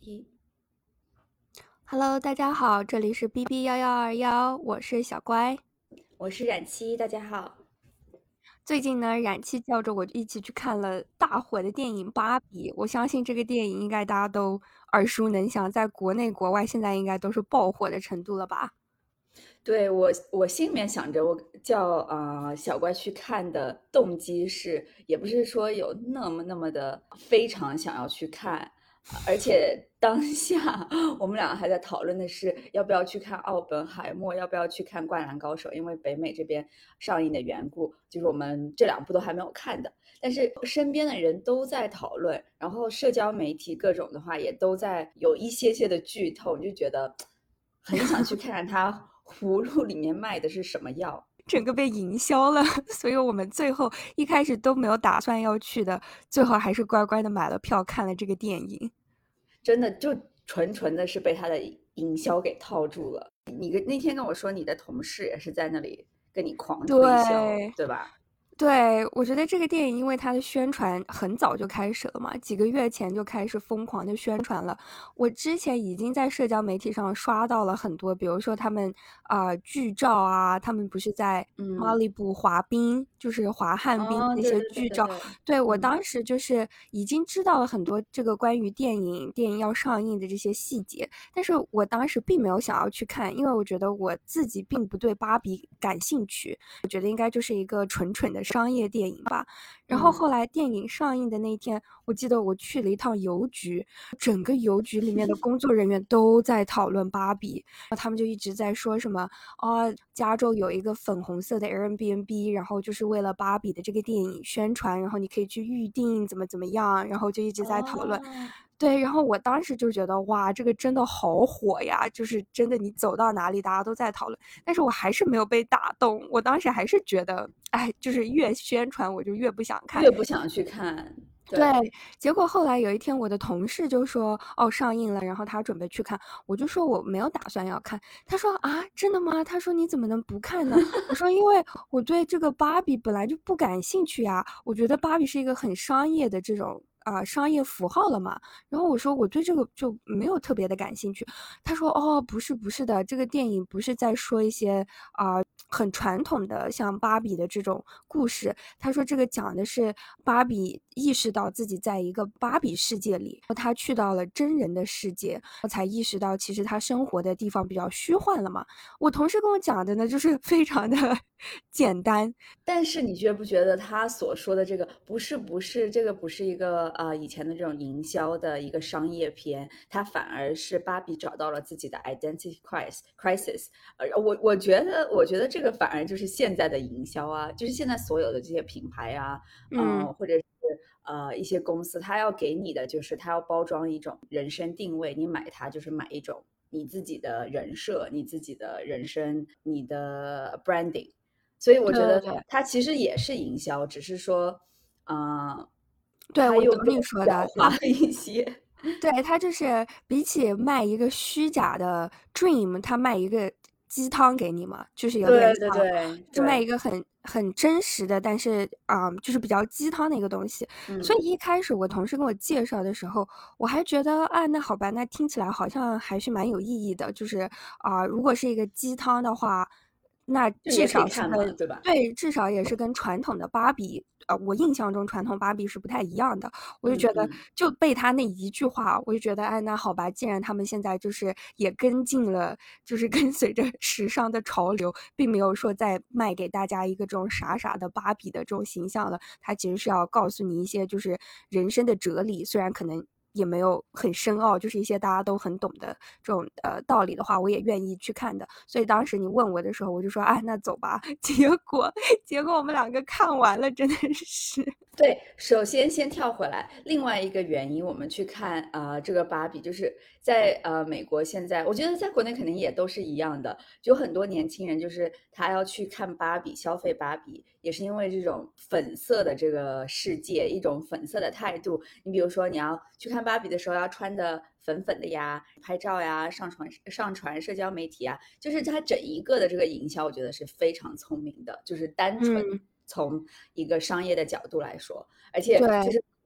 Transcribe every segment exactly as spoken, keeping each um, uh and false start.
一 Hello，大家好，这里是 B B 幺幺二幺，我是小乖。 我是冉七，大家好。 最近呢，冉七叫着我一起去看了大火的电影《芭比》，我相信这个电影应该大家都耳熟能详，在国内国外现在应该都是爆火的程度了吧？ 对，我，我心里面想着，我叫啊、呃小乖去看的动机是，也不是说有那么那么的非常想要去看，而且当下我们俩还在讨论的是要不要去看《奥本海默》，要不要去看《灌篮高手》，因为北美这边上映的缘故，就是我们这两部都还没有看的。但是身边的人都在讨论，然后社交媒体各种的话也都在有一些些的剧透，你就觉得很想去看看它葫芦里面卖的是什么药。 整个被营销了，所以我们最后一开始都没有打算要去的，最后还是乖乖的买了票看了这个电影。 真的就纯纯的是被它的营销给套住了。你跟那天跟我说你的同事也是在那里跟你狂推销， 对， 对吧？ 对，我觉得这个电影因为它的宣传很早就开始了嘛，几个月前就开始疯狂的宣传了。我之前已经在社交媒体上刷到了很多，比如说他们啊、呃剧照啊，他们不是在马嗯， 里布滑冰，就是滑旱冰哦， 那对对对些剧照。 对对， 对，我嗯， 当时就是已经知道了很多这个关于电影电影要上映的这些细节，但是我当时并没有想要去看，因为我觉得我自己并不对芭比感兴趣。我觉得应该就是一个纯纯的商业电影吧。然后嗯， 后来电影上映的那天，我记得我去了一趟邮局，整个邮局里面的工作人员都在讨论芭比，他们就一直在说什么啊，加州有一个粉红色的 Airbnb，然后就是为了芭比的这个电影宣传，然后你可以去预定，怎么怎么样，然后就一直在讨论。 哦， 对，然后我当时就觉得哇，这个真的好火呀！就是真的，你走到哪里，大家都在讨论。但是我还是没有被打动，我当时还是觉得，哎，就是越宣传我就越不想看。 越不想去看， 对， 对。 结果后来有一天，我的同事就说：“哦，上映了。”然后他准备去看，我就说我没有打算要看。他说：“啊，真的吗？”他说：“你怎么能不看呢？”我说：“因为我对这个芭比本来就不感兴趣呀，我觉得芭比是一个很商业的这种啊、呃商业符号了嘛。”然后我说：“我对这个就没有特别的感兴趣。”他说：“哦，不是，不是的，这个电影不是在说一些啊、呃很传统的像芭比的这种故事。他说这个讲的是芭比意识到自己在一个芭比世界里，他去到了真人的世界，才意识到其实他生活的地方比较虚幻了嘛。我同事跟我讲的呢，就是非常的简单。 但是你觉不觉得他所说的这个不是不是这个不是一个呃以前的这种营销的一个商业片，它反而是芭比找到了自己的 identity crisis crisis。呃，我我觉得我觉得这个反而就是现在的营销啊，就是现在所有的这些品牌啊，嗯、 嗯， 呃，或者是呃一些公司，它要给你的就是它要包装一种人生定位，你买它就是买一种你自己的人设、你自己的人生、你的 branding。所以我觉得对对对， 它其实也是营销，只是说，呃， 对，我懂它又更你说的，他狡猾了一些。 对，他就是比起卖一个虚假的 dream，他卖一个鸡汤给你嘛，就是有点对对像， 对就是卖一对， 个很很真实的，但是啊、嗯就是比较鸡汤的一个东西。所嗯， 以一开始我同事跟我介绍的时候，我还觉得啊，那好吧，那听起来好像还是蛮有意义的。就是啊、如果是一个鸡汤的话，那至就也可以少是跟看嘛，对吧？ 对，至少也是跟传统的芭比，呃，我印象中传统芭比是不太一样的。我就觉得嗯嗯。 就被他那一句话，我就觉得，哎，那好吧，既然他们现在就是也跟进了，就是跟随着时尚的潮流，并没有说再卖给大家一个这种傻傻的芭比的这种形象了，他其实是要告诉你一些就是人生的哲理，虽然可能。也没有很深奥，就是一些大家都很懂的这种呃道理的话，我也愿意去看的。所以当时你问我的时候，我就说，哎，那走吧。结果结果我们两个看完了，真的是， 对，首先先跳回来，另外一个原因，我们去看啊、呃这个芭比，就是在呃美国现在，我觉得在国内肯定也都是一样的，就很多年轻人就是他要去看芭比，消费芭比，也是因为这种粉色的这个世界，一种粉色的态度。你比如说你要去看芭比的时候，要穿的粉粉的呀，拍照呀，上传上传社交媒体啊，就是它整一个的这个营销，我觉得是非常聪明的，就是单纯。 嗯， 从一个商业的角度来说，而且就对， 是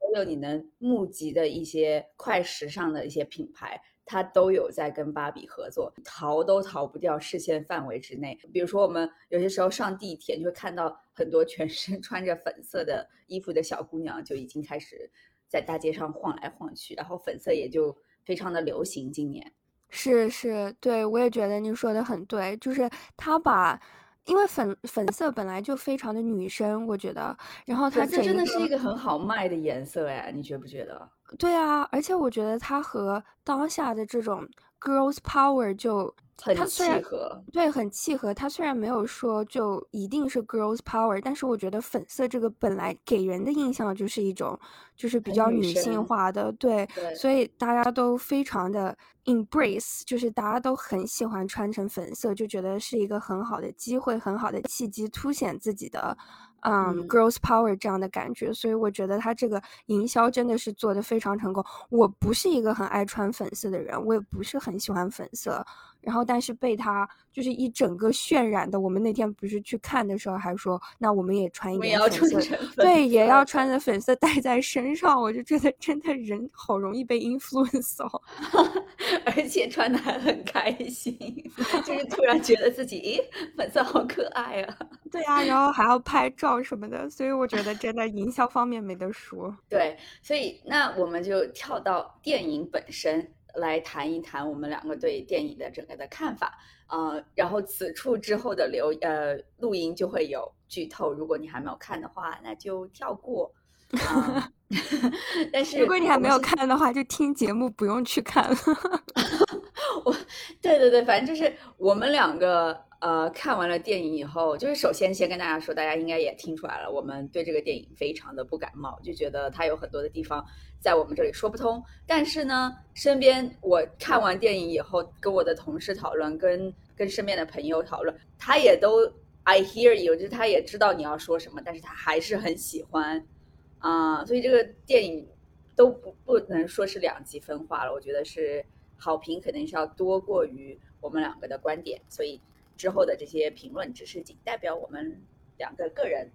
有你能募集的一些快时尚的一些品牌，它都有在跟芭比合作，逃都逃不掉视线范围之内。比如说我们有些时候上地铁，就会看到很多全身穿着粉色的衣服的小姑娘就已经开始在大街上晃来晃去，然后粉色也就非常的流行今年。 是是，对，我也觉得你说的很对，就是他把，因为粉粉色本来就非常的女生，我觉得，然后他粉色整一个， 真的是一个很好卖的颜色哎，你觉不觉得？ 对啊，而且我觉得它和当下的这种 girls power 就，它很虽然契合。 对很契合，它虽然没有说就一定是 girls power，但是我觉得粉色这个本来给人的印象就是一种就是比很女较女性生。 化的，对， 对， 所以大家都非常的 embrace，就是大家都很喜欢穿成粉色，就觉得是一个很好的机会，很好的契机，凸显自己的。嗯嗯， girls power 这样的感觉，所以我觉得他这个营销真的是做得非常成功。我不是一个很爱穿粉色的人，我也不是很喜欢粉色，然后但是被他就是一整个渲染的，我们那天不是去看的时候还说，那我们也穿一我们也要点粉色， 穿成粉对，也色的。 要穿着粉色带在身上，我就觉得真的人好容易被 influence 哦。 而且穿的还很开心，就是突然觉得自己，咦，粉色好可爱啊！ 对啊，然后还要拍照什么的，所以我觉得真的营销方面没得说。 对，所以那我们就跳到电影本身来谈一谈我们两个对电影的整个的看法。呃，然后此处之后的留呃录音就会有剧透，如果你还没有看的话，那就跳过。嗯，但是如果你还没有我们先看的话，就听节目，不用去看了。 我，对对对，反正就是我们两个呃看完了电影以后，就是首先先跟大家说，大家应该也听出来了，我们对这个电影非常的不感冒，就觉得它有很多的地方在我们这里说不通。但是呢，身边我看完电影以后，跟我的同事讨论，跟跟身边的朋友讨论，他也都 I hear you，就是他也知道你要说什么，但是他还是很喜欢啊、所以这个电影都不不能说是两极分化了，我觉得是好评肯定是要多过于我们两个的观点，所以之后的这些评论只是仅代表我们两个个人。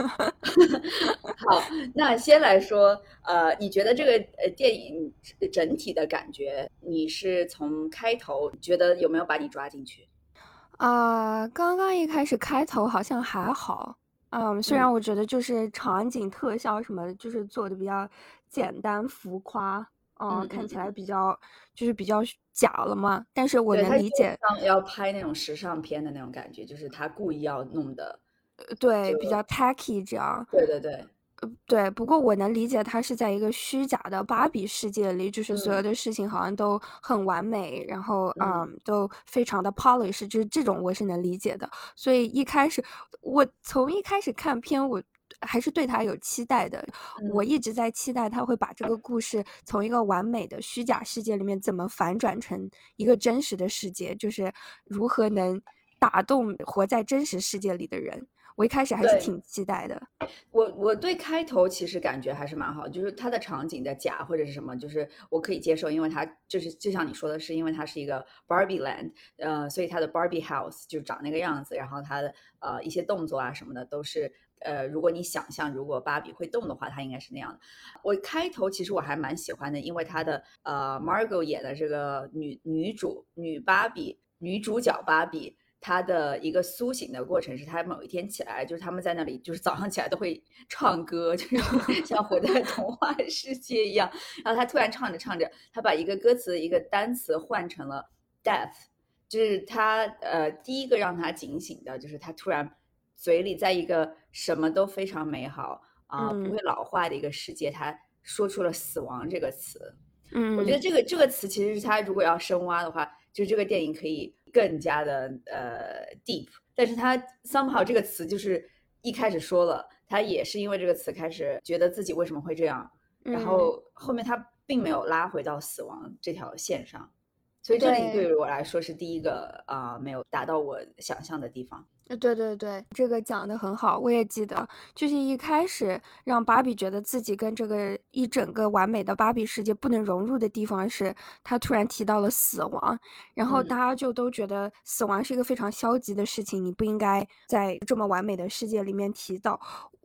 好，那先来说，呃，你觉得这个呃电影整体的感觉，你是从开头觉得有没有把你抓进去？ 啊、刚刚一开始开头好像还好，嗯，虽然嗯我觉得就是场景特效什么，就是做的比较简单浮夸，嗯，看起来嗯嗯嗯， 比较就是比较假了嘛，但是我对，他有点能理解， 像要拍那种时尚片的那种感觉，就是他故意要弄的。 呃对，比较 tacky 这样， 对对对。 对，不过我能理解他是在一个虚假的芭比世界里，就是所有嗯的事情好像都很完美，然后嗯嗯，都非常的 polish，就是这种我是能理解的。所以一开始我从一开始看片，我还是对他有期待的。我嗯， 一直在期待他会把这个故事从一个完美的虚假世界里面怎么反转成一个真实的世界，就是如何能打动活在真实世界里的人。我一开始还是对。 挺期待的。 我我对开头其实感觉还是蛮好，就是它的场景的假或者是什么，就是我可以接受，因为它就是就像你说的是，因为它是一个 Barbie Land，呃，所以它的 Barbie House 就长那个样子，然后它的呃一些动作啊什么的都是呃，如果你想象如果芭比会动的话，它应该是那样的。我开头其实我还蛮喜欢的，因为它的呃 Margot 演的这个女女主女芭比女主角芭比。他的一个苏醒的过程是，他某一天起来，就是他们在那里，就是早上起来都会唱歌，就是像活在童话世界一样。然后他突然唱着唱着，他把一个歌词一个单词换成了 death，就是他呃第一个让他警醒的，就是他突然嘴里在一个什么都非常美好啊、呃不嗯会老化的一个世界，他说出了死亡这个词。我觉得嗯。 这个这个词其实是他如果要深挖的话，就这个电影可以更加的呃 deep，但是他 somehow 这个词就是一开始说了，他也是因为这个词开始觉得自己为什么会这样，然嗯， 后后面他并没有拉回到死亡这条线上，所以这里对对， 于我来说是第一个啊、呃没有达到我想象的地方。 呃对对对，这个讲的很好，我也记得，就是一开始让芭比觉得自己跟这个一整个完美的芭比世界不能融入的地方是，她突然提到了死亡，然后大嗯家就都觉得死亡是一个非常消极的事情，你不应该在这么完美的世界里面提到。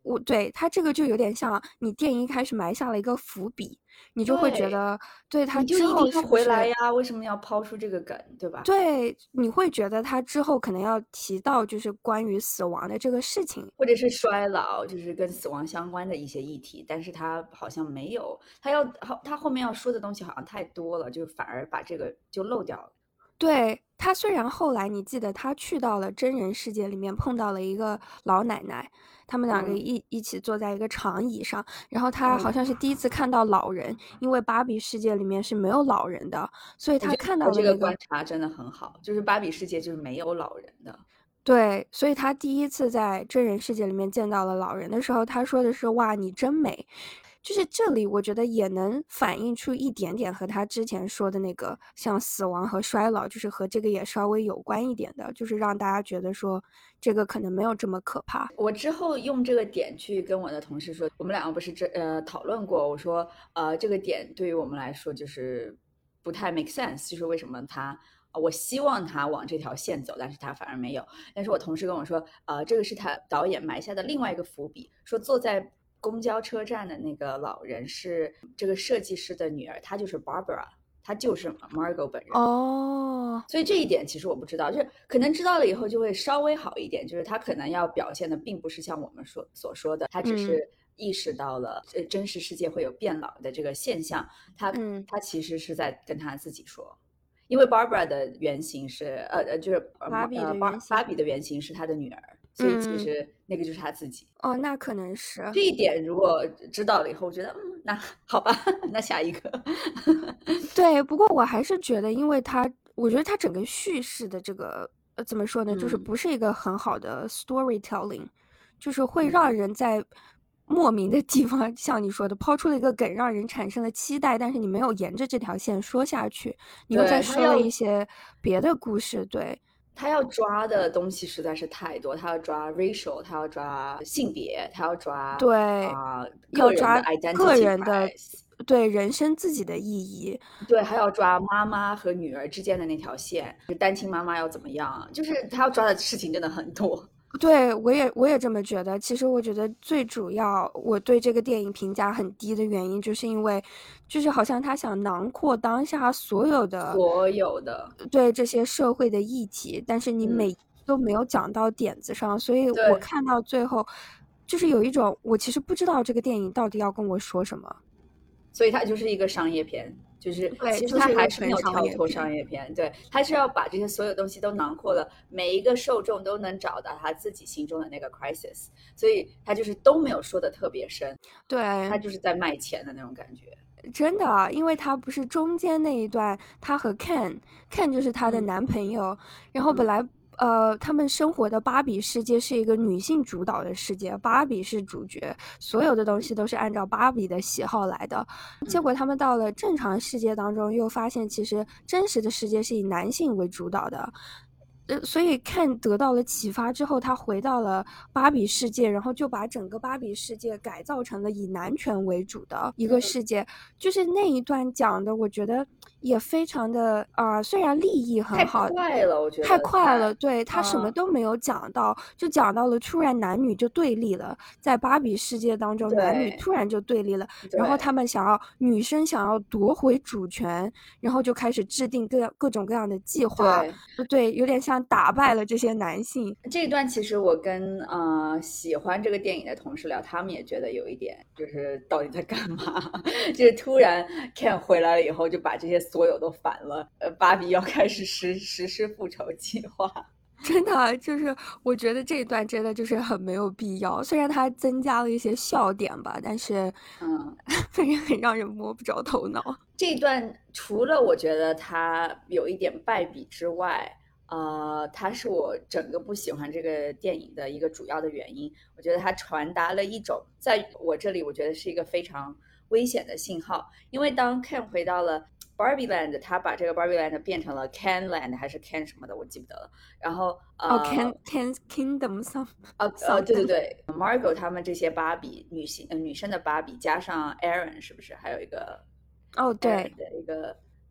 我对他这个就有点像你电影一开始埋下了一个伏笔，你就会觉对， 得对他你就之后一定要是不是回来呀，为什么要抛出这个梗，对吧？ 对，你会觉得他之后可能要提到就是关于死亡的这个事情。 或者是衰老，就是跟死亡相关的一些议题，但是他好像没有，他要他后面要说的东西好像太多了，就反而把这个就漏掉了。 对，他虽然后来你记得他去到了真人世界里面碰到了一个老奶奶，他们两个嗯一一起坐在一个长椅上，然后他好嗯， 像是第一次看到老人，因为芭比世界里面是没有老人的，所以他看我觉得到了那个这个观察真的很好，就是芭比世界就是没有老人的。 对，所以他第一次在真人世界里面见到了老人的时候，他说的是“哇，你真美”，就是这里我觉得也能反映出一点点和他之前说的那个像死亡和衰老，就是和这个也稍微有关一点的，就是让大家觉得说这个可能没有这么可怕。 我之后用这个点去跟我的同事说，我们两个不是这呃讨论过，我说呃这个点对于我们来说就是不太 make sense，就是为什么他。呃我希望他往这条线走，但是他反而没有。但是我同事跟我说，呃，这个是他导演埋下的另外一个伏笔，说坐在公交车站的那个老人是这个设计师的女儿，她就是 Barbara，她就是 Margot 本人。 哦， 所以这一点其实我不知道，就是可能知道了以后就会稍微好一点，就是他可能要表现的并不是像我们说所说的，他只嗯是意识到了呃真实世界会有变老的这个现象，他嗯他其实是在跟他自己说。因为 Barbara 的原型是呃呃就是呃芭比的呃芭原型芭比的原型是他的女儿，所以其嗯， 实那个就是他自己。 哦，那可能是。 这一点如果知道了以后，我觉得嗯，那好吧，那下一个。 对，不过我还是觉得，因为它，我觉得它整个叙事的这个，呃，怎么说呢，就是嗯不是一个很好的 storytelling，就是会让嗯， 人在莫名的地方，像你说的，抛出了一个梗，让人产生了期待，但是你没有沿着这条线说下去，你又在说了对他要一些别的故事，对， 他要抓的东西实在是太多，他要抓 racial，他要抓性别，他要抓对， 啊、呃个人的要抓个 identity 人的， crisis， 对人生自己的意义， 对，还要抓妈妈和女儿之间的那条线，单亲妈妈要怎么样，就是他要抓的事情真的很多。 对，我也我也这么觉得。其实我觉得最主要，我对这个电影评价很低的原因，就是因为，就是好像他想囊括当下所有的所有的， 对这些社会的议题，但是你每嗯， 一都没有讲到点子上，所以我对， 看到最后，就是有一种我其实不知道这个电影到底要跟我说什么。 所以它就是一个商业片，就是对， 其实就是一个它还是没纯商有跳脱业片。 商业片，对，它是要把这些所有东西都囊括了，每一个受众都能找到他自己心中的那个 crisis，所以他就是都没有说的特别深，他对， 就是在卖钱的那种感觉。 真的啊，因为他不是中间那一段，他和 Ken，Ken 就是她的嗯男朋友，然后本嗯， 来呃，他们生活的芭比世界是一个女性主导的世界，芭比是主角，所有的东西都是按照芭比的喜好来的。结果他们到了正常世界当中，又发现其实真实的世界是以男性为主导的。呃，所以看得到了启发之后，他回到了芭比世界，然后就把整个芭比世界改造成了以男权为主的一个世界。就是那一段讲的，我觉得也非常的啊、呃虽然立意很太好， 快了，我觉太得太快了，对，他什么啊， 都没有讲到，就讲到了突然男女就对立了，在芭比世界当中，男女对突然就对立了，然后他对们想要女生想要夺回主权，然后就开始制定各样各种各样的计划， 对。 呃对，有点像打败了这些男性。 这一段其实我跟呃喜欢这个电影的同事聊，他们也觉得有一点，就是到底在干嘛？就是突然 Ken 回来了以后，就把这些所有都反了。呃，芭比要开始实实施复仇计划。 真的啊就是我觉得这一段真的就是很没有必要，虽然它增加了一些笑点吧，但是， 嗯， 反正很让人摸不着头脑。 这一段除了我觉得他有一点败笔之外，呃，它是我整个不喜欢这个电影的一个主要的原因。我觉得它传达了一种，在我这里我觉得是一个非常危险的信号，因为当 Ken 回到了 Barbie Land，他把这个 Barbie Land 变成了 Ken Land 还是 Ken 什么的，我记不得了。然后哦呃 ，Can Can Kingdom some 呃呃，对对 something。 对，Margot 他们这些芭比女性呃女生的芭比加上 Aaron 是不是还有一个哦， Aaron 对， 的一个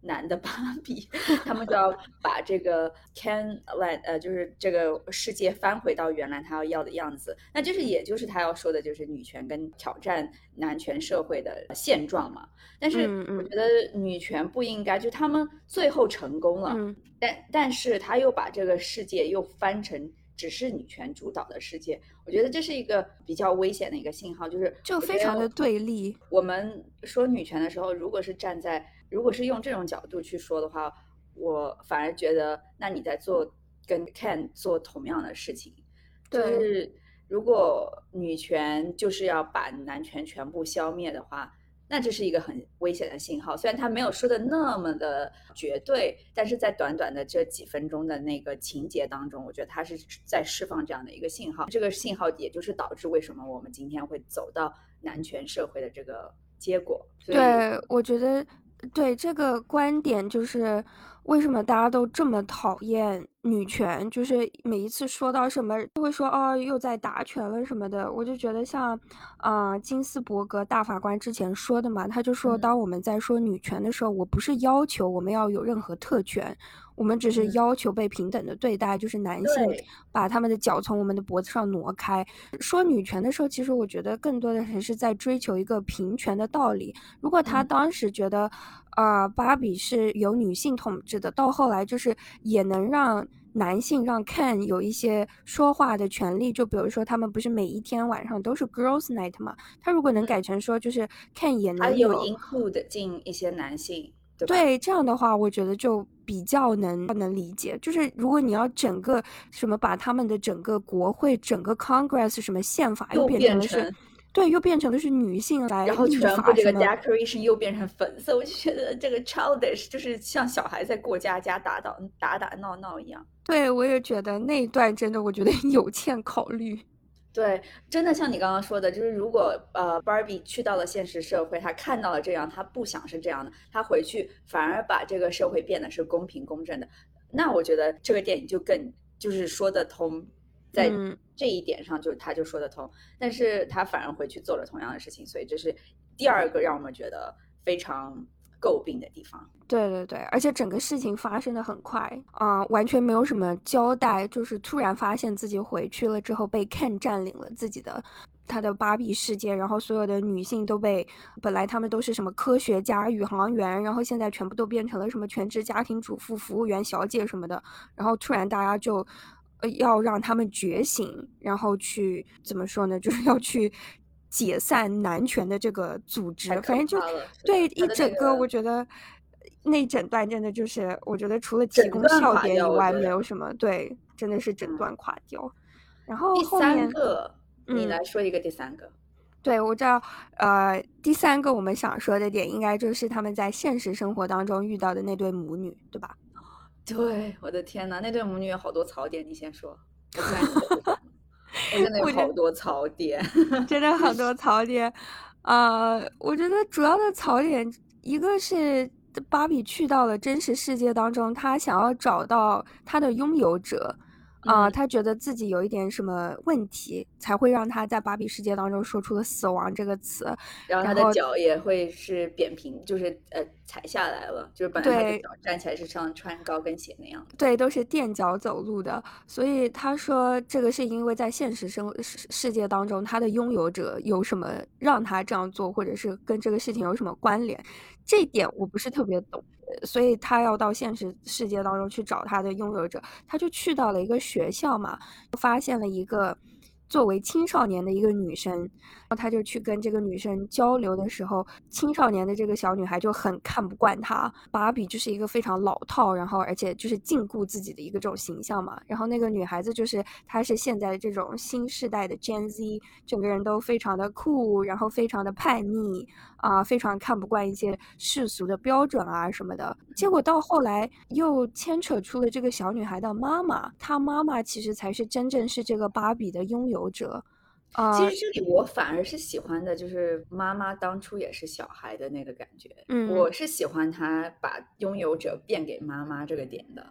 男的芭比，他们就要把这个 Ken 来呃，就是这个世界翻回到原来他要要的样子。那就是也就是他要说的，就是女权跟挑战男权社会的现状嘛。但是我觉得女权不应该，就他们最后成功了， 嗯， 但但是他又把这个世界又翻成只是女权主导的世界，我觉得这是一个比较危险的一个信号，就是就非常的对立。 我们说女权的时候，如果是站在如果是用这种角度去说的话，我反而觉得那你在做跟 Ken 做同样的事情，就是如果女权就是要把男权全部消灭的话，那这是一个很危险的信号。虽然他没有说的那么的绝对，但是在短短的这几分钟的那个情节当中，我觉得他是在释放这样的一个信号。这个信号也就是导致为什么我们今天会走到男权社会的这个结果。 对，我觉得对这个观点就是为什么大家都这么讨厌女权，就是每一次说到什么都会说哦又在打拳了什么的。我就觉得像啊、呃、金斯伯格大法官之前说的嘛，他就说当我们在说女权的时候，我不是要求我们要有任何特权，我们只是要求被平等的对待，就是男性把他们的脚从我们的脖子上挪开。说女权的时候，其实我觉得更多的还是在追求一个平权的道理。如果他当时觉得呃芭比是由女性统治的，到后来就是也能让男性让 Ken 有一些说话的权利，就比如说他们不是每一天晚上都是 Girls Night 嘛，他如果能改成说就是 Ken 也能有 include 进一些男性，对吧？ 对，这样的话我觉得就比较能能理解。就是如果你要整个什么把他们的整个国会整个 Congress 什么宪法又变成的是对，又变成的是女性来立法， 然后全部这个 decoration 又变成粉色，我就觉得这个 childish 就是像小孩在过家家打打打打闹闹一样。 对，我也觉得那一段真的我觉得有欠考虑。 对，真的像你刚刚说的，就是如果呃 Barbie 去到了现实社会，她看到了这样，她不想是这样的，她回去反而把这个社会变得是公平公正的，那我觉得这个电影就更就是说得通，在这一点上就他就说得通，但是他反而回去做了同样的事情，所以这是第二个让我们觉得非常诟病的地方。 对对对，而且整个事情发生的很快啊、呃，完全没有什么交代，就是突然发现自己回去了之后被 Ken 占领了自己的他的芭比世界，然后所有的女性都被本来他们都是什么科学家、宇航员，然后现在全部都变成了什么全职家庭主妇、服务员、小姐什么的，然后突然大家就呃要让他们觉醒，然后去怎么说呢，就是要去解散男权的这个组织，反正就对一整个我觉得。那整段真的就是，我觉得除了提供笑点以外，没有什么。对，真的是整段垮掉。嗯、然后后面第三个，你来说一个第三个。 嗯、对，我知道，呃，第三个我们想说的点，应该就是他们在现实生活当中遇到的那对母女，对吧？ 对，我的天哪，那对母女有好多槽点，你先说。我突然我真的有好多槽点， 真的好多槽点。呃，我觉得主要的槽点，一个是芭比去到了真实世界当中，她想要找到她的拥有者。啊、呃，他觉得自己有一点什么问题，才会让他在芭比世界当中说出了死亡这个词。 然后他的脚也会是扁平，就是呃踩下来了，就是本来他的脚站起来是像穿高跟鞋那样。 对，都是垫脚走路的。所以他说这个是因为在现实生世界当中，他的拥有者有什么让他这样做，或者是跟这个事情有什么关联，这一点我不是特别懂。所以他要到现实世界当中去找他的拥有者，他就去到了一个学校嘛，发现了一个作为青少年的一个女生，然后他就去跟这个女生交流的时候，青少年的这个小女孩就很看不惯他。芭比就是一个非常老套，然后而且就是禁锢自己的一个这种形象嘛，然后那个女孩子就是她是现在这种新世代的 Gen Z， 整个人都非常的酷，然后非常的叛逆啊、呃，非常看不惯一些世俗的标准啊什么的。结果到后来又牵扯出了这个小女孩的妈妈，她妈妈其实才是真正是这个芭比的拥有者。 呃、其实这里我反而是喜欢的，就是妈妈当初也是小孩的那个感觉。 嗯， 我是喜欢她把拥有者变给妈妈这个点的。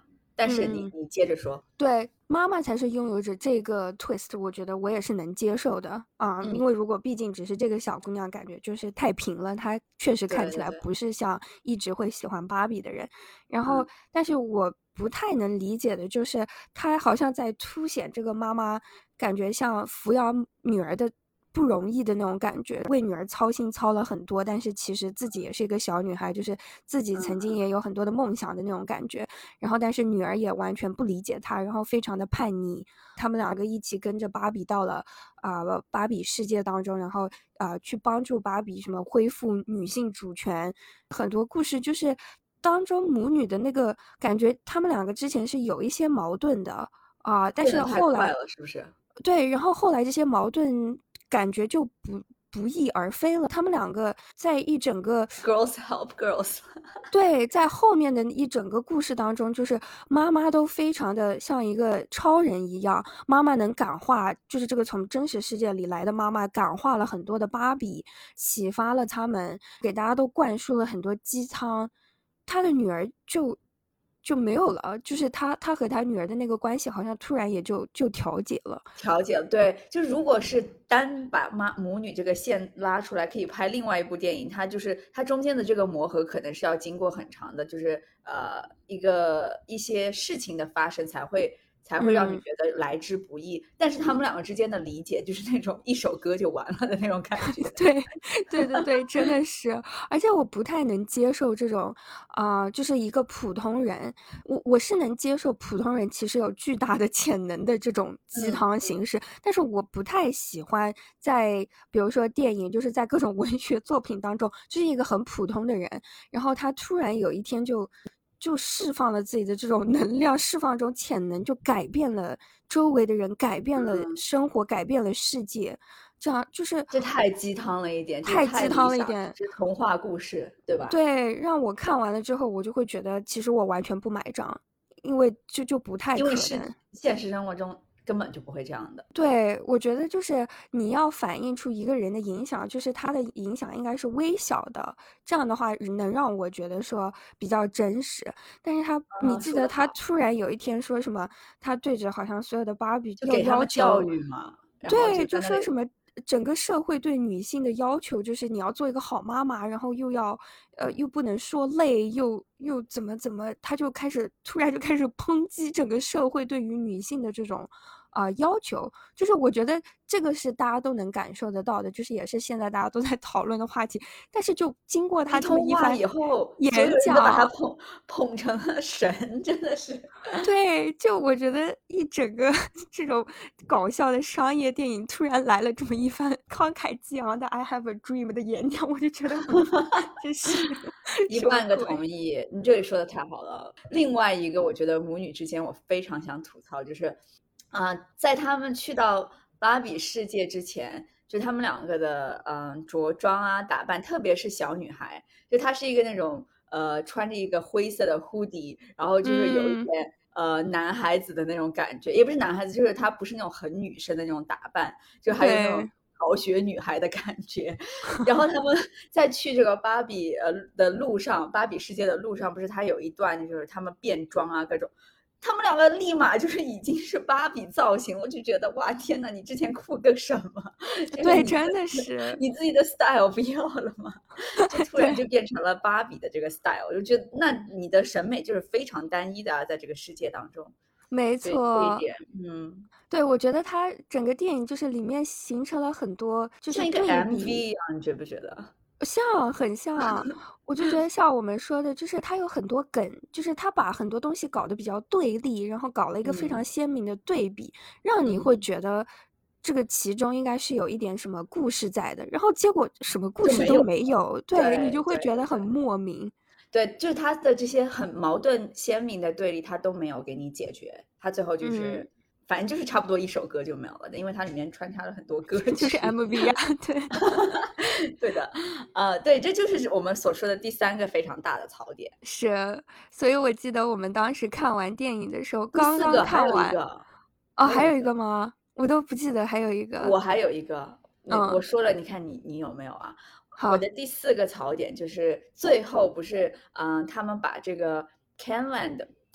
但是你嗯， 你接着说。 对，妈妈才是拥有着这个 twist，我觉得我也是能接受的啊， 嗯， 因为如果毕竟只是这个小姑娘，感觉就是太平了，她确实看起来对对对， 不是像一直会喜欢芭比的人。然后， 嗯但是我不太能理解的就是，她好像在凸显这个妈妈感觉像抚养女儿的不容易的那种感觉，为女儿操心操了很多，但是其实自己也是一个小女孩，就是自己曾经嗯也有很多的梦想的那种感觉。然后但是女儿也完全不理解她，然后非常的叛逆。他们两个一起跟着芭比到了啊、呃芭比世界当中，然后啊、呃去帮助芭比什么恢复女性主权，很多故事就是当中母女的那个感觉，他们两个之前是有一些矛盾的啊、但变得是后来太快了，是不是对，然后后来这些矛盾感觉就不不翼而飞了。他们两个在一整个 ？Girls help girls。 对，在后面的一整个故事当中，就是妈妈都非常的像一个超人一样，妈妈能感化，就是这个从真实世界里来的妈妈感化了很多的芭比，启发了他们，给大家都灌输了很多鸡汤。他的女儿就就没有了，就是他他和他女儿的那个关系好像突然也就就调解了。 调解了，对，就如果是单把妈母女这个线拉出来，可以拍另外一部电影，它就是它中间的这个磨合可能是要经过很长的，就是呃一个一些事情的发生才会才会让你嗯。 觉得来之不易，但是他们两个之间的理解就是那种一首歌就完了的那种感觉。 对，对对对，真的是。而且我不太能接受这种，啊、就是一个普通人，我我是能接受普通人其实有巨大的潜能的这种鸡嗯， 汤形式，但是我不太喜欢在比如说电影，就是在各种文学作品当中，就是一个很普通的人，然后他突然有一天就就释放了自己的这种能量，释放这种潜能，就改变了周围的人，改变了嗯， 生活，改变了世界。这样就是这太鸡汤了一点，就是太鸡太理想， 汤了一点。 是童话故事，对吧？ 对，让我看完了之后，我就会觉得其实我完全不买账，因为就就不太因为是可能。 现实生活中根本就不会这样的。 对，我觉得就是你要反映出一个人的影响，就是他的影响应该是微小的，这样的话能让我觉得说比较真实。但是他，你嗯， 记得说得好。 他突然有一天说什么？他对着好像所有的芭比要就给他们教要求， 育嘛，然后对， 就在那里就说什么整个社会对女性的要求就是你要做一个好妈妈，然后又要呃又不能说累，又又怎么怎么，他就开始突然就开始抨击整个社会对于女性的这种啊、呃要求，就是我觉得这个是大家都能感受得到的，就是也是现在大家都在讨论的话题。但是就经过他一这么一番通话以后，所有演人都把他讲， 捧捧成了神，真的是。 对，就我觉得一整个这种搞笑的商业电影突然来了这么一番慷慨激昂的 "I have a dream" 的演讲，我就觉得我真是一什么万个同鬼？ 意，你这里说的太好了。另外一个，我觉得母女之间我非常想吐槽，就是啊、在他们去到芭比世界之前，就他们两个的嗯、着装啊打扮，特别是小女孩，就她是一个那种呃穿着一个灰色的 hoodie，然后就是有一嗯， 点呃男孩子的那种感觉，也不是男孩子，就是她不是那种很女生的那种打扮，就还有那种对， 逃学女孩的感觉。然后他们在去这个芭比呃的路上，芭比世界的路上，不是他有一段就是他们变装啊各种，他们两个立马就是已经是芭比造型，我就觉得哇天呐，你之前酷个什么？这个对， 你真的是， 你自己的 style 不要了吗？就突然对， 就变成了芭比的这个 style，我就觉得那你的审美就是非常单一的啊，在这个世界当中， 没所以这一错。 点，嗯， 对，我觉得它整个电影就是里面形成了很多就是像一个对比， M V 一样，你觉不觉得？ 像，很像。我就觉得像我们说的，就是它有很多梗，就是它把很多东西搞得比较对立，然后搞了一个非常嗯鲜明的对比，让你会嗯， 觉得这个其中应该是有一点什么故事在的，然后结果什么故事都就没有， 没有，对，你就会对对觉得很对。 莫名。 对，就是他的这些很矛盾鲜明的对立，他都没有给你解决。他最后就嗯， 是，反正就是差不多一首歌就没有了的，因为它里面穿插了很多歌就是曲。 M V 啊，对， 对的，呃，对，这就是我们所说的第三个非常大的槽点。 是。所以我记得我们当时看完电影的时候，刚刚第四个还看完， 有一个， 哦， 还有一个， 还有一个吗？我都不记得还有一个。 我还有一个，你我嗯， 说了，你看你你有没有啊？我好， 的第四个槽点就是最后不是，嗯、他们把这个 Canland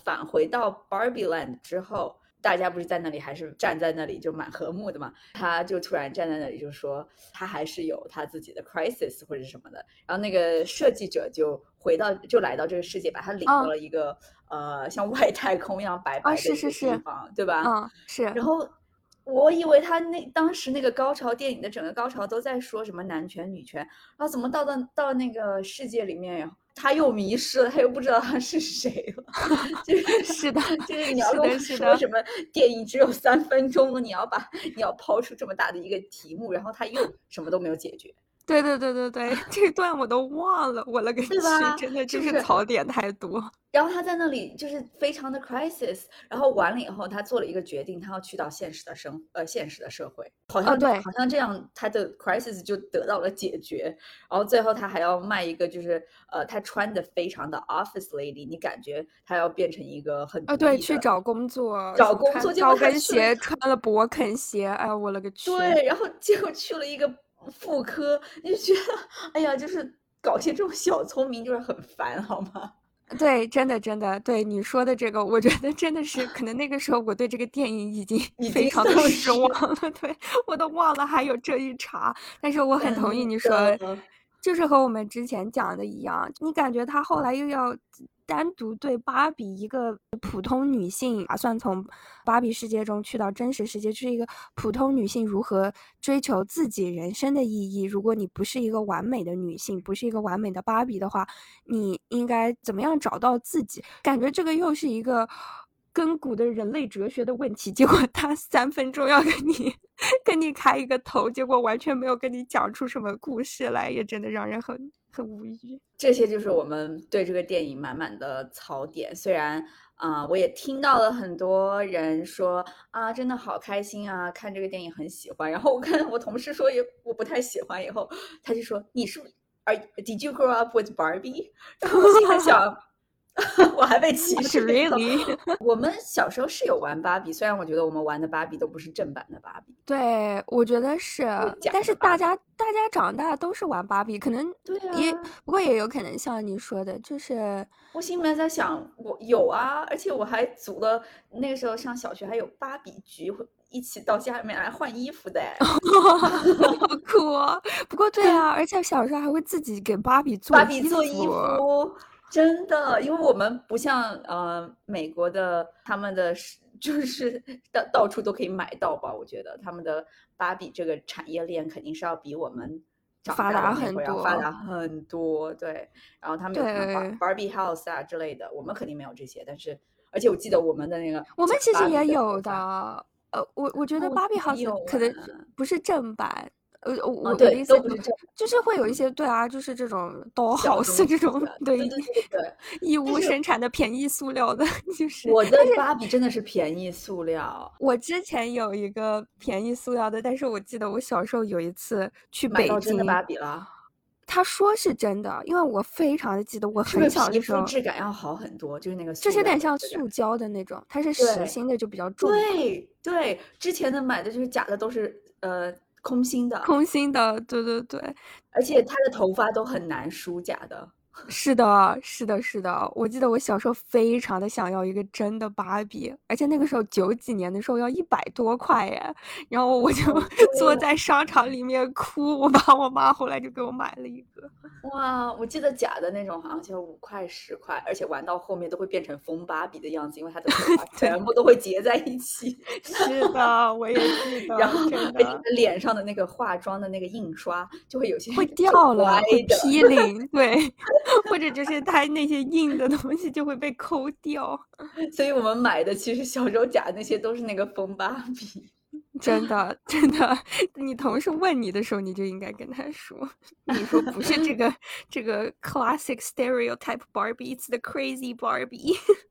返回到 Barbie Land 之后，大家不是在那里还是站在那里就蛮和睦的嘛，他就突然站在那里就说他还是有他自己的 crisis 或者什么的，然后那个设计者就回到就来到这个世界，把他领到了一个、哦、呃像外太空一样白白的一个地方、哦、是是是对吧？ 嗯，是。 然后我以为他那当时那个高潮电影的整个高潮都在说什么男权女权，然后怎么到到到那个世界里面他又迷失了，他又不知道他是谁了。就是是的， 就是你要跟我说什么电影只有三分钟，你要把你要抛出这么大的一个题目，然后他又什么都没有解决。 对对对对对，这段我都忘了，我了个去，真的就是槽点太多。 然后他在那里就是非常的 crisis， 然后完了以后他做了一个决定，他要去到现实的生呃现实的社会，好像、 哦、对， 好像这样他的 crisis 就得到了解决。然后最后他还要卖一个就是呃他穿的非常的 office lady， 你感觉他要变成一个很啊、哦、对，去找工作， 找工作高跟鞋穿了勃肯鞋，哎我了个去。 对，然后结果去了一个妇科，你就觉得哎呀，就是搞些这种小聪明就是很烦，好吗？ 对，真的真的，对你说的这个，我觉得真的是可能那个时候我对这个电影已经非常的失望了，对我都忘了还有这一茬。但是我很同意你说，就是和我们之前讲的一样，你感觉他后来又要单独对芭比一个普通女性打算从芭比世界中去到真实世界，就是一个普通女性如何追求自己人生的意义。如果你不是一个完美的女性，不是一个完美的芭比的话，你应该怎么样找到自己？感觉这个又是一个根古的人类哲学的问题，结果他三分钟要跟你跟你开一个头，结果完全没有跟你讲出什么故事来，也真的让人很很无语。 这些就是我们对这个电影满满的槽点。虽然啊、呃，我也听到了很多人说啊，真的好开心啊，看这个电影很喜欢。然后我跟我同事说也我不太喜欢，以后他就说你是不是 Are Did you grow up with Barbie？ 然后我心里想。我还被歧视。 Really？ 我们小时候是有玩芭比，虽然我觉得我们玩的芭比都不是正版的芭比。 对，我觉得是，但是大家大家长大都是玩芭比，可能对也、 啊、 不过也有可能像你说的，就是我心里面在想，我有啊，而且我还组了，那个时候上小学还有芭比局，一起到家里面来换衣服的。 好酷哦！不过对啊，而且小时候还会自己给芭比做芭比做衣服。真的，因为我们不像呃美国的，他们的就是到到处都可以买到吧？我觉得他们的芭比这个产业链肯定是要比我们发达很多， 发达很多。对，然后他们有什么 Barbie House 啊之类的，我们肯定没有这些。但是，而且我记得我们的那个， 我们其实也有的。呃，我我觉得 Barbie House 可能不是正版。呃，我、 哦、对， 我的意思都不是正， 就是会有一些对啊，就是这种 dollhouse 这种对对对对义乌生产的便宜塑料的，就是我的芭比真的是便宜塑料。 我之前有一个便宜塑料的，但是我记得我小时候有一次去北京， 买到真的芭比了。 他说是真的，因为我非常的记得我很小的时候， 皮肤质感要好很多，就是那个就是有点像塑胶的那种，它是实心的，就比较重。 对对，之前的买的就是假的，都是呃。空心的， 空心的，对对对， 而且他的头发都很难梳假的。 是的，是的，是的。我记得我小时候非常的想要一个真的芭比，而且那个时候九几年的时候要一百多块耶，然后我就坐在商场里面哭，我爸我妈后来就给我买了一个。 哇，我记得假的那种好像就五块十块，而且玩到后面都会变成疯芭比的样子，因为它的头发全部都会结在一起。 是的，我也记得。 然后脸上的那个化妆的那个印刷就会有些会掉了，会劈零，对，或者就是它那些印的东西就会被抠掉。 所以我们买的其实小时候假的那些都是那个疯芭比。 真的真的，你同事问你的时候，你就应该跟他说，你说不是这个这个 classic stereotype Barbie，it's the crazy Barbie。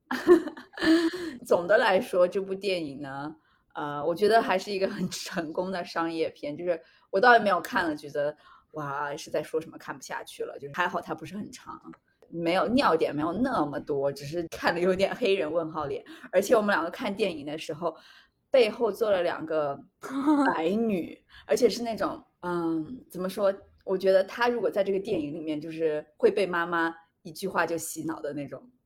总的来说，这部电影呢，呃，我觉得还是一个很成功的商业片。就是我倒也没有看了，觉得哇是在说什么，看不下去了。就是还好它不是很长，没有尿点，没有那么多，只是看了有点黑人问号脸。而且我们两个看电影的时候，背后坐了两个白女，而且是那种嗯，怎么说？我觉得她如果在这个电影里面，就是会被妈妈一句话就洗脑的那种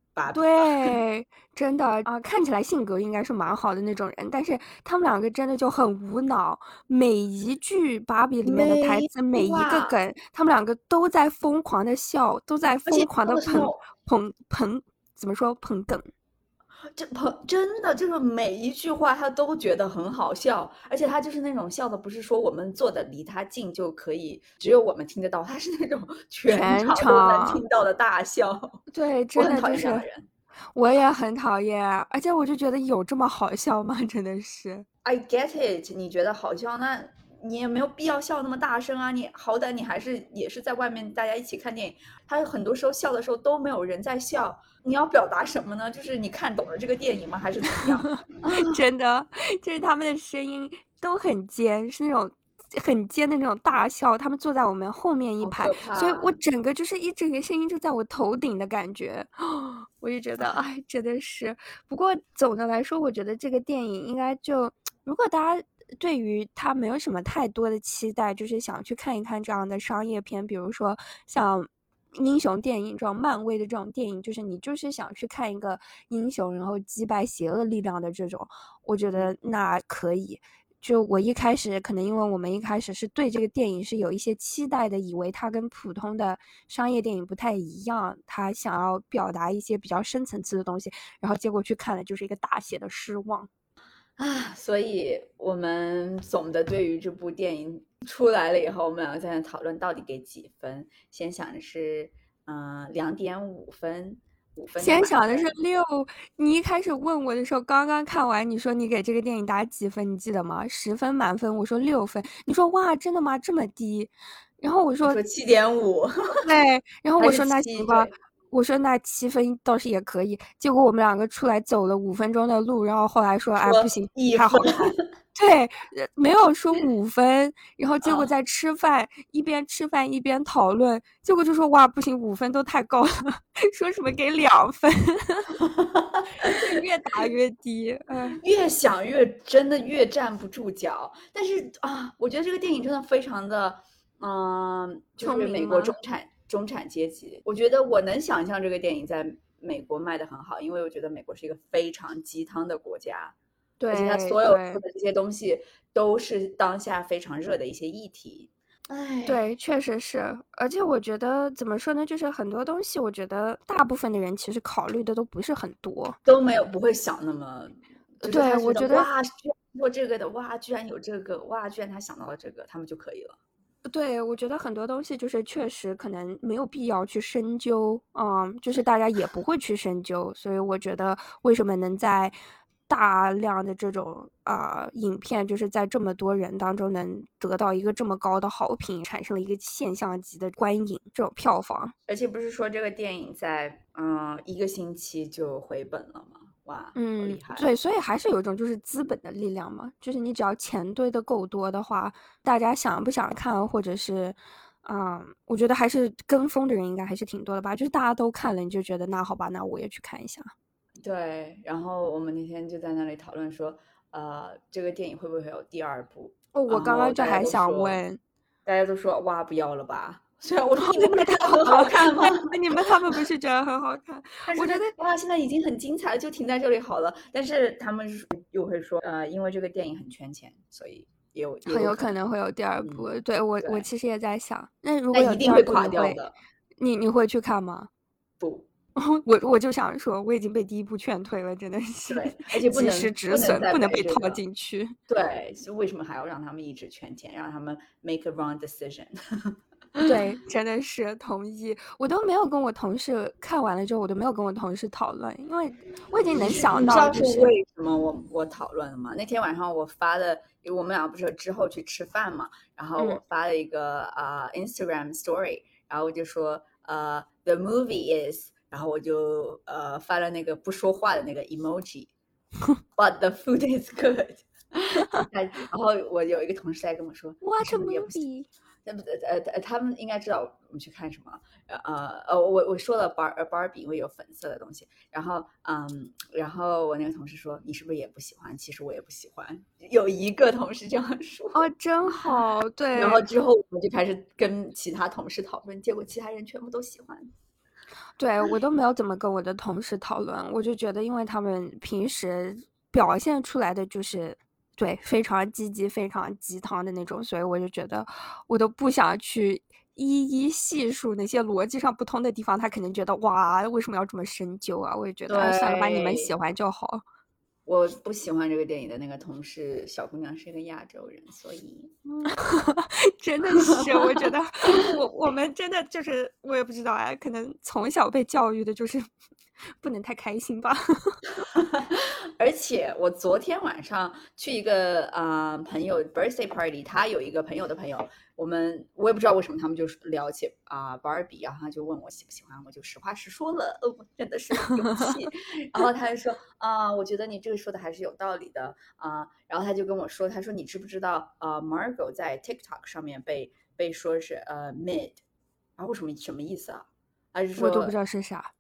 芭比吧。 对，真的啊、看起来性格应该是蛮好的那种人，但是他们两个真的就很无脑，每一句芭比里面的台每一词，每一个话， 梗，他们两个都在疯狂的笑，都在而且疯狂的捧笑的时候， 捧捧，怎么说捧梗？ 这朋真的就是每一句话他都觉得很好笑，而且他就是那种笑的，不是说我们坐的离他近就可以，只有我们听得到，他是那种全全场都能场， 听到的大笑。 对， 我很讨真的就是， 厌这样的人。 我也很讨厌，而且我就觉得有这么好笑吗？真的是。 I get it，你觉得好笑，那你也没有必要笑那么大声啊！你好歹你还是也是在外面大家一起看电影，他很多时候笑的时候都没有人在笑，你要表达什么呢？就是你看懂了这个电影吗？还是怎么样？ 真的，就是他们的声音都很尖，是那种很尖的那种大笑。他们坐在我们后面一排， 好可所以我怕！ 整个就是一整个声音就在我头顶的感觉。我就觉得， 啊， 哎，真的是。不过总的来说，我觉得这个电影应该就，如果大家对于它没有什么太多的期待，就是想去看一看这样的商业片，比如说像英雄电影这种漫威的这种电影，就是你就是想去看一个英雄然后击败邪恶力量的这种，我觉得那可以。就我一开始可能因为我们一开始是对这个电影是有一些期待的，以为它跟普通的商业电影不太一样，它想要表达一些比较深层次的东西，然后结果去看了就是一个大写的失望。 啊，所以我们总的对于这部电影出来了以后，我们两个在那讨论到底给几分。先想的是，嗯，两点五分，五分的先想的是满分。 六，你一开始问我的时候，刚刚看完，你说你给这个电影打几分，你记得吗？十分满分，我说六分，你说哇，真的吗？这么低？然后我说我说七点五， 对，然后还是我说那七， 行吧， 对。 我说那七分倒是也可以。结果我们两个出来走了五分钟的路，然后后来说，哎，不说行， 一分。 太好看。对，呃没有说五分，然后结果啊， 在吃饭，一边吃饭一边讨论，结果就说哇，不行，五分都太高了，说什么给两分，就越打越低，哎， 越想越真的越站不住脚。但是啊，我觉得这个电影真的非常的，嗯，就聪是美国中明吗？ 产中产阶级。我觉得我能想象这个电影在美国卖的很好，因为我觉得美国是一个非常鸡汤的国家，而且它所有说对对。 的这些东西都是当下非常热的一些议题。哎， 对，确实是，而且我觉得怎么说呢，就是很多东西，我觉得大部分的人其实考虑的都不是很多。 都没有不会想那么，就是对， 他觉我觉得， 得哇，居然做这个的，哇，居然有这个，哇，居然他想到了这个，他们就可以了。 对，我觉得很多东西就是确实可能没有必要去深究，嗯，就是大家也不会去深究，所以我觉得为什么能在大量的这种啊、呃影片，就是在这么多人当中能得到一个这么高的好评，产生了一个现象级的观影这种票房。 而且不是说这个电影在嗯一个星期就回本了吗？哇，好嗯， 厉害！ 对，所以还是有一种就是资本的力量嘛，就是你只要钱堆的够多的话，大家想不想看，或者是，嗯，我觉得还是跟风的人应该还是挺多的吧，就是大家都看了，你就觉得那好吧，那我也去看一下。 对，然后我们那天就在那里讨论说，呃，这个电影会不会有第二部？ 哦，我然刚刚就后大家还想都说， 问， 大家都说哇，不要了吧。虽然我说你们不那是觉得太好了， 很好看吗？ 那你们他们不是觉得很好看？ 他说的我觉得哇，现在已经很精彩了，就停在这里好了。但是他们又会说，呃，因为这个电影很圈钱，所以也有也很有有可能。 可能会有第二部。 嗯， 对，我我对， 其实也在想，那如果有但一第二部， 定会垮你会， 掉的。 你你会去看吗？ 不， 我我就想说，我已经被第一部劝退了，真的是对，而且不及时能不能止损，不能再拍被套这个。 进去。 对，是为什么还要让他们一直圈钱，让他们 make a wrong decision？ 对，真的是同意。我都没有跟我同事看完了之后，我都没有跟我同事讨论，因为我已经能你是想到， 你知道是就是为什么我我讨论了吗？那天晚上我发的，因为我们俩不是之后去吃饭嘛，然后嗯， 我发了一个啊、呃 Instagram story，然后我就说呃 the movie is，然后我就呃发了那个不说话的那个 emoji，but the food is good。然后我有一个同事在跟我说，你 What 是 a 不是也不喜？ movie！ 呃呃呃，他们应该知道我们去看什么。呃呃，我我说了 bar Barbie，因为有粉色的东西。然后嗯，然后我那个同事说，你是不是也不喜欢？其实我也不喜欢。有一个同事这样说。 哦，真好， 然后对。 之后我们就开始跟其他同事讨论，结果其他人全部都喜欢。 对，我都没有怎么跟我的同事讨论，我就觉得因为他们平时表现出来的就是对，非常积极、非常鸡汤的那种，所以我就觉得我都不想去一一细数那些逻辑上不通的地方，他肯定觉得哇，为什么要这么深究啊？我也觉得啊，算了吧，你们喜对， 欢就好。 我不喜欢这个电影的那个同事小姑娘是一个亚洲人，所以嗯， 真的是，我觉得我我们真的就是我也不知道哎，可能从小被教育的就是不能太开心吧。 而且我昨天晚上去一个啊、呃朋友 birthday party，他有一个朋友的朋友，我们我也不知道为什么他们就聊起啊、呃、Barbie，然后他就问我喜不喜欢，我就实话实说了，呃，真的是勇气。然后他就说啊、呃我觉得你这个说的还是有道理的啊、呃然后他就跟我说，他说你知不知道啊、呃、Margot 在 TikTok 上面被被说是呃 mid，然后为什么什么意思啊？还是说我都不知道是啥。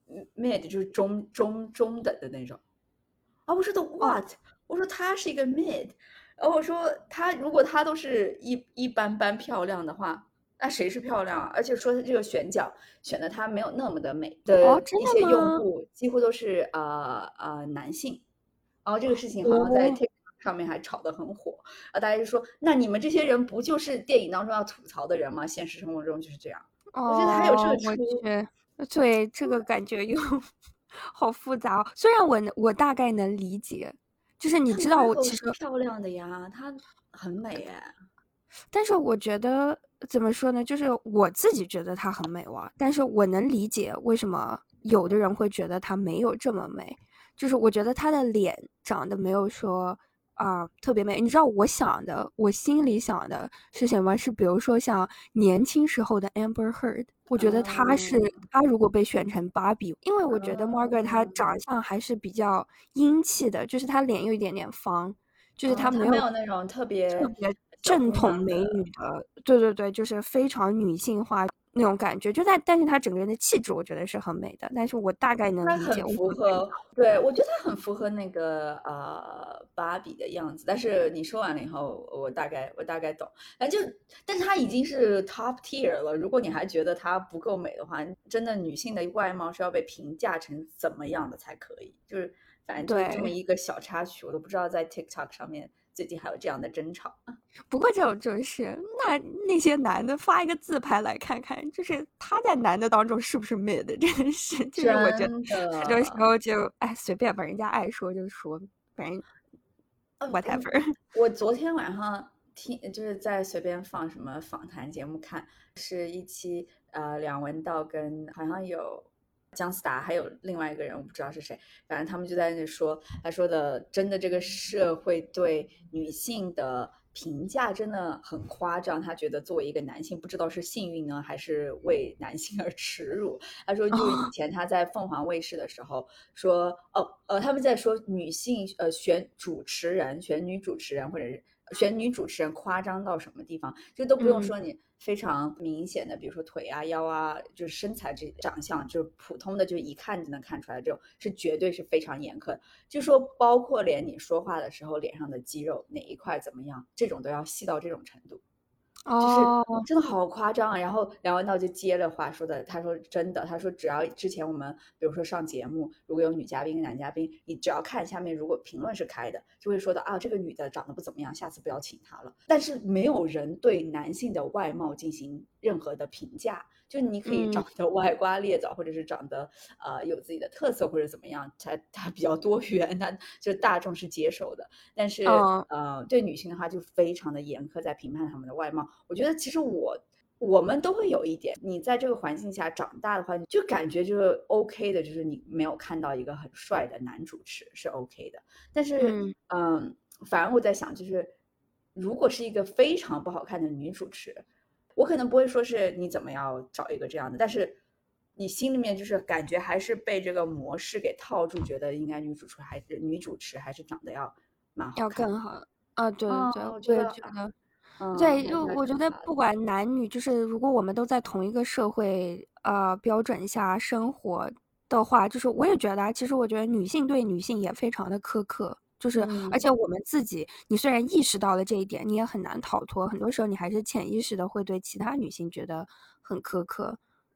mid 就是中中中等的那种？啊，我说的哦 what？我说她是一个 mid，然后我说她如果她都是一一般般漂亮的话，那谁是漂亮啊？而且说她这个选角选的她没有那么的美哦， 的真的一些用吗？ 户几乎都是呃呃男性，然后这个事情好像在哦 TikTok 上面还炒得很火，啊，大家就说那你们这些人不就是电影当中要吐槽的人吗？现实生活中就是这样，我觉得还有这个哦，我出。 去，对，这个感觉又好复杂哦。虽然我能我大概能理解，就是你但知道我 Margot 其实是漂亮的呀，她很美哎。 但是我觉得怎么说呢？就是我自己觉得她很美哇，但是我能理解为什么有的人会觉得她没有这么美。就是我觉得她的脸长得没有说啊、特别美。你知道我想的，我心里想的是什么？是比如说像年轻时候的 Amber Heard，我觉得她是嗯她如果被选成芭比，因为我觉得 Margaret 她嗯长相还是比较英气的，就是她脸有一点点方，就是嗯， 她没有她没有那种特别特别小正姑娘统美女的。 的，对对对，就是非常女性化那种感觉。就在，但是她整个人的气质，我觉得是很美的。但是我大概能理解她很为什么被符合，对，我觉得她很符合那个呃芭比的样子。但是你说完了以后，我大概我大概懂。反正就，但是她已经是 top tier 了。如果你还觉得她不够美的话，真的女性的外貌是要被评价成怎么样的才可以？就是反正就是这么对。 一个小插曲，我都不知道在 TikTok 上面最近还有这样的争吵。 不过这种就是那那些男的发一个自拍来看看，就是他在男的当中是不是 mid，真的是，就是我觉得真很多时的， 候就哎随便吧，人家爱说就说，反正嗯嗯， whatever。 我昨天晚上听，就是在随便放什么访谈节目看，是一期呃梁文道跟好像有姜思达，还有另外一个人我不知道是谁，反正他们就在那说，他说的真的这个社会对女性的评价真的很夸张，他觉得作为一个男性，不知道是幸运呢还是为男性而耻辱。他说，就以哦， 前他在凤凰卫视的时候说，哦，呃，他们在说女性，呃，选主持人，选女主持人，或者是选女主持人夸张到什么地方，就都不用嗯， 说你非常明显的，比如说腿啊、腰啊，就是身材这长相，就是普通的，就一看就能看出来，这种是绝对是非常严苛的。就说包括连你说话的时候脸上的肌肉哪一块怎么样，这种都要细到这种程度。就是哦， 真的好夸张啊！然后梁文道就接了话说的，他说真的，他说只要之前我们比如说上节目，如果有女嘉宾跟男嘉宾，你只要看下面如果评论是开的，就会说的啊这个女的长得不怎么样，下次不要请她了。但是没有人对男性的外貌进行任何的评价，就你可以嗯， 长得歪瓜裂枣，或者是长得呃有自己的特色或者怎么样，它它比较多元，它就大众是接受的。但是嗯， 呃，对女性的话就非常的严苛，在评判她们的外貌。我觉得其实我我们都会有一点，你在这个环境下长大的话，就感觉就是 OK 的，就是你没有看到一个很帅的男主持是 OK 的。但是嗯， 嗯，反而我在想，就是如果是一个非常不好看的女主持，我可能不会说是你怎么要找一个这样的，但是你心里面就是感觉还是被这个模式给套住，觉得应该女主持还是女主持还是长得要蛮好要看的。 更好。啊，对对嗯， 对，我也我觉得， 觉得。 嗯， 对， 还蛮就我觉得可怕的。 不管男女，就是如果我们都在同一个社会呃标准下生活的话，就是我也觉得啊，其实我觉得女性对女性也非常的苛刻，就是而且嗯， 我们自己，你虽然意识到了这一点，你也很难逃脱，很多时候你还是潜意识的会对其他女性觉得很苛刻。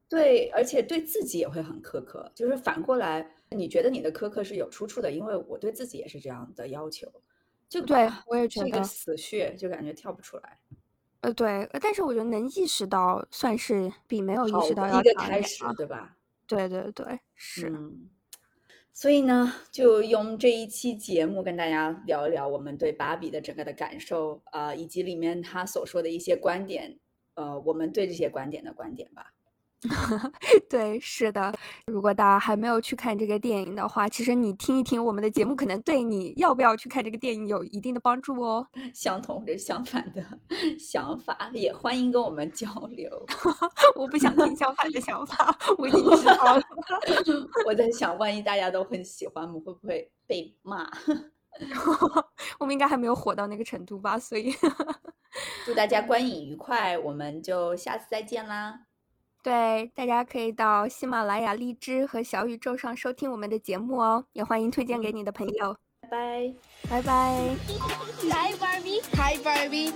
对，而且对自己也会很苛刻，就是反过来，你觉得你的苛刻是有出处的，因为我对自己也是这样的要求，就对啊我也觉这个得， 死穴就感觉跳不出来。 呃，对，呃但是我觉得能意识到，算是比没有意识到好的一个要强一点开始， 了。 对吧？ 对对对，是。 嗯，所以呢，就用这一期节目跟大家聊一聊我们对芭比的整个的感受，啊、以及里面他所说的一些观点，呃，我们对这些观点的观点吧。 对，是的。如果大家还没有去看这个电影的话，其实你听一听我们的节目，可能对你要不要去看这个电影有一定的帮助哦。 相同或者相反的想法，也欢迎跟我们交流。 我不想听相反的想法，我已经知道了。 我在想，万一大家都很喜欢，我们会不会被骂？ 我们应该还没有火到那个程度吧，所以祝大家观影愉快，我们就下次再见啦。 对，大家可以到喜马拉雅、荔枝和小宇宙上收听我们的节目哦，也欢迎推荐给你的朋友。 拜拜， 拜拜。 Hi Barbie. Hi Barbie.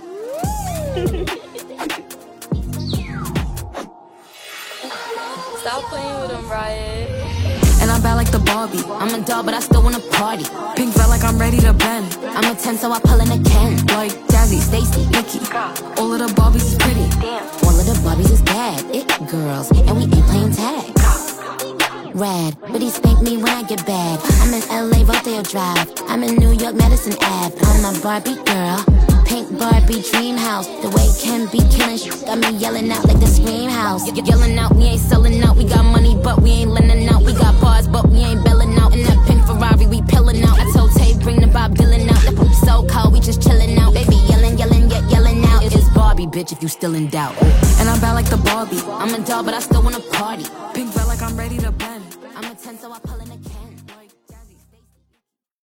Stop playing with them, Riot. And I'm bad like the Barbie. I'm a doll, but I still wanna party. Pink felt like I'm ready to bend. I'm a ten, so I pull in a Ken. Like Jazzy, Stacy, Nikki. All of the Barbies is pretty. All of the Barbies is bad. It girls, and we ain't playing tag. Rad, but he spank me when I get bad. I'm in L A, Rodeo Drive. I'm in New York, Madison Ave. I'm a Barbie girl. Pink Barbie dream house. The way Ken be killing shit got me yelling out like the Scream House. Y- yelling out, we ain't selling out. We got money, but we ain't lending out. We got bars, but we ain't belling out. In that pink Ferrari, we pillin' out. I told Tay, bring the Bob Dylan out. The poop so cold, we just chillin' out. Baby yelling, yelling, yet yelling out. It's Barbie, bitch, if you still in doubt. And I'm bad like the Barbie. I'm a doll, but I still wanna party. Pink felt like I'm ready to bend. I'm a ten, so I pull in